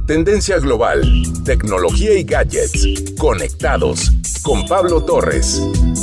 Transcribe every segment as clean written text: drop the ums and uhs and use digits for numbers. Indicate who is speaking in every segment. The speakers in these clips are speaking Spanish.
Speaker 1: Tendencia global, tecnología y gadgets. Conectados con Pablo Torres.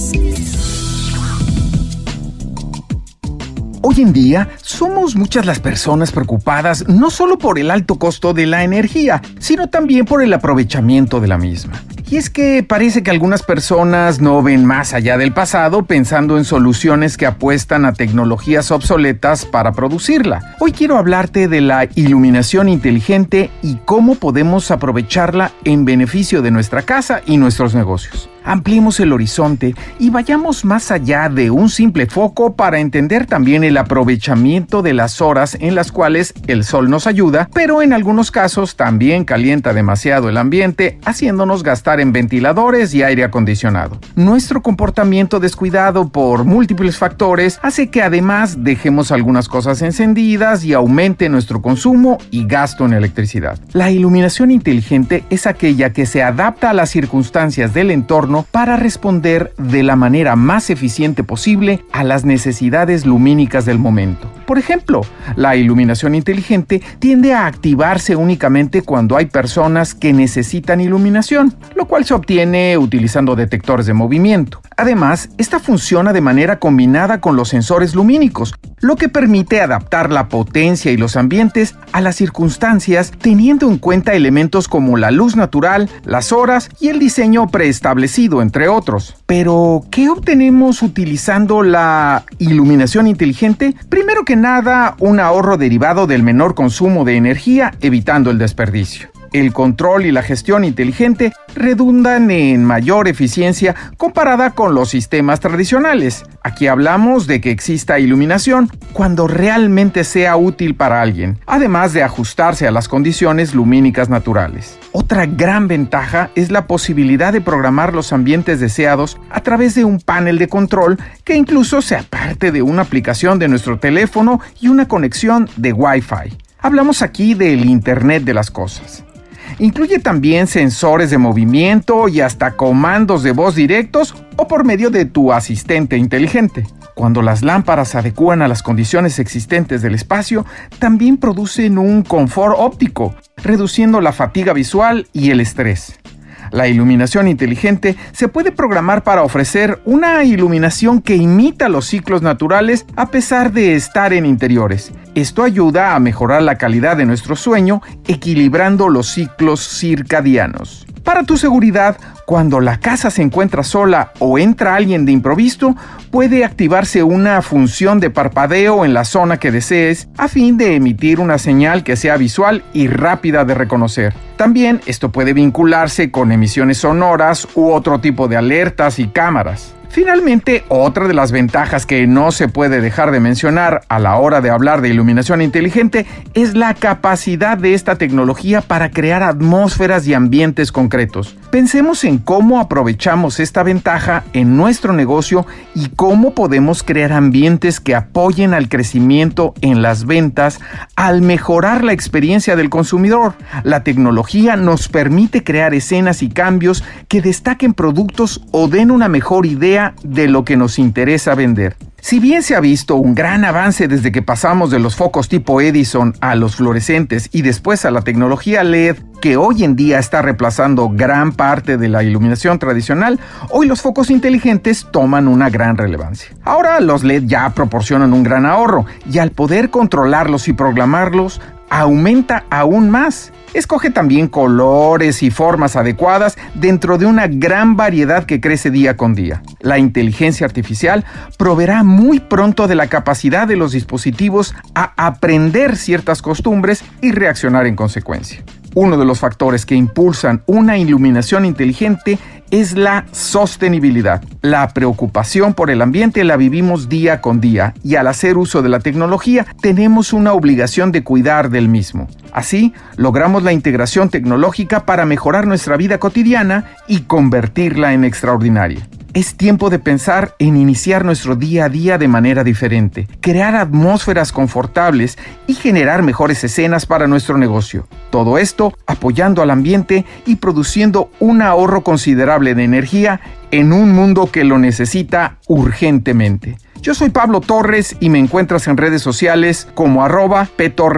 Speaker 2: Hoy en día, somos muchas las personas preocupadas no solo por el alto costo de la energía, sino también por el aprovechamiento de la misma. Y es que parece que algunas personas no ven más allá del pasado pensando en soluciones que apuestan a tecnologías obsoletas para producirla. Hoy quiero hablarte de la iluminación inteligente y cómo podemos aprovecharla en beneficio de nuestra casa y nuestros negocios. Ampliemos el horizonte y vayamos más allá de un simple foco para entender también el aprovechamiento de las horas en las cuales el sol nos ayuda, pero en algunos casos también calienta demasiado el ambiente, haciéndonos gastar en ventiladores y aire acondicionado. Nuestro comportamiento descuidado por múltiples factores hace que además dejemos algunas cosas encendidas y aumente nuestro consumo y gasto en electricidad. La iluminación inteligente es aquella que se adapta a las circunstancias del entorno para responder de la manera más eficiente posible a las necesidades lumínicas del momento. Por ejemplo, la iluminación inteligente tiende a activarse únicamente cuando hay personas que necesitan iluminación, lo cual se obtiene utilizando detectores de movimiento. Además, esta funciona de manera combinada con los sensores lumínicos, lo que permite adaptar la potencia y los ambientes a las circunstancias teniendo en cuenta elementos como la luz natural, las horas y el diseño preestablecido, entre otros. Pero, ¿qué obtenemos utilizando la iluminación inteligente? Primero que nada, un ahorro derivado del menor consumo de energía, evitando el desperdicio. El control y la gestión inteligente redundan en mayor eficiencia comparada con los sistemas tradicionales. Aquí hablamos de que exista iluminación cuando realmente sea útil para alguien, además de ajustarse a las condiciones lumínicas naturales. Otra gran ventaja es la posibilidad de programar los ambientes deseados a través de un panel de control que incluso sea parte de una aplicación de nuestro teléfono y una conexión de Wi-Fi. Hablamos aquí del Internet de las cosas. Incluye también sensores de movimiento y hasta comandos de voz directos o por medio de tu asistente inteligente. Cuando las lámparas adecúan a las condiciones existentes del espacio, también producen un confort óptico, reduciendo la fatiga visual y el estrés. La iluminación inteligente se puede programar para ofrecer una iluminación que imita los ciclos naturales a pesar de estar en interiores. Esto ayuda a mejorar la calidad de nuestro sueño, equilibrando los ciclos circadianos. Para tu seguridad, cuando la casa se encuentra sola o entra alguien de improviso, puede activarse una función de parpadeo en la zona que desees a fin de emitir una señal que sea visual y rápida de reconocer. También esto puede vincularse con emisiones sonoras u otro tipo de alertas y cámaras. Finalmente, otra de las ventajas que no se puede dejar de mencionar a la hora de hablar de iluminación inteligente es la capacidad de esta tecnología para crear atmósferas y ambientes concretos. Pensemos en cómo aprovechamos esta ventaja en nuestro negocio y cómo podemos crear ambientes que apoyen al crecimiento en las ventas al mejorar la experiencia del consumidor. La tecnología nos permite crear escenas y cambios que destaquen productos o den una mejor idea de lo que nos interesa vender. Si bien se ha visto un gran avance desde que pasamos de los focos tipo Edison a los fluorescentes y después a la tecnología LED, que hoy en día está reemplazando gran parte de la iluminación tradicional, hoy los focos inteligentes toman una gran relevancia. Ahora los LED ya proporcionan un gran ahorro y al poder controlarlos y programarlos, aumenta aún más. Escoge también colores y formas adecuadas dentro de una gran variedad que crece día con día. La inteligencia artificial proveerá muy pronto de la capacidad de los dispositivos a aprender ciertas costumbres y reaccionar en consecuencia. Uno de los factores que impulsan una iluminación inteligente es la sostenibilidad. La preocupación por el ambiente la vivimos día con día y al hacer uso de la tecnología tenemos una obligación de cuidar del mismo. Así, logramos la integración tecnológica para mejorar nuestra vida cotidiana y convertirla en extraordinaria. Es tiempo de pensar en iniciar nuestro día a día de manera diferente, crear atmósferas confortables y generar mejores escenas para nuestro negocio. Todo esto apoyando al ambiente y produciendo un ahorro considerable de energía en un mundo que lo necesita urgentemente. Yo soy Pablo Torres y me encuentras en redes sociales como @ptorres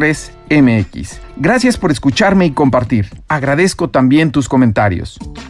Speaker 2: Gracias por escucharme y compartir. Agradezco también tus comentarios.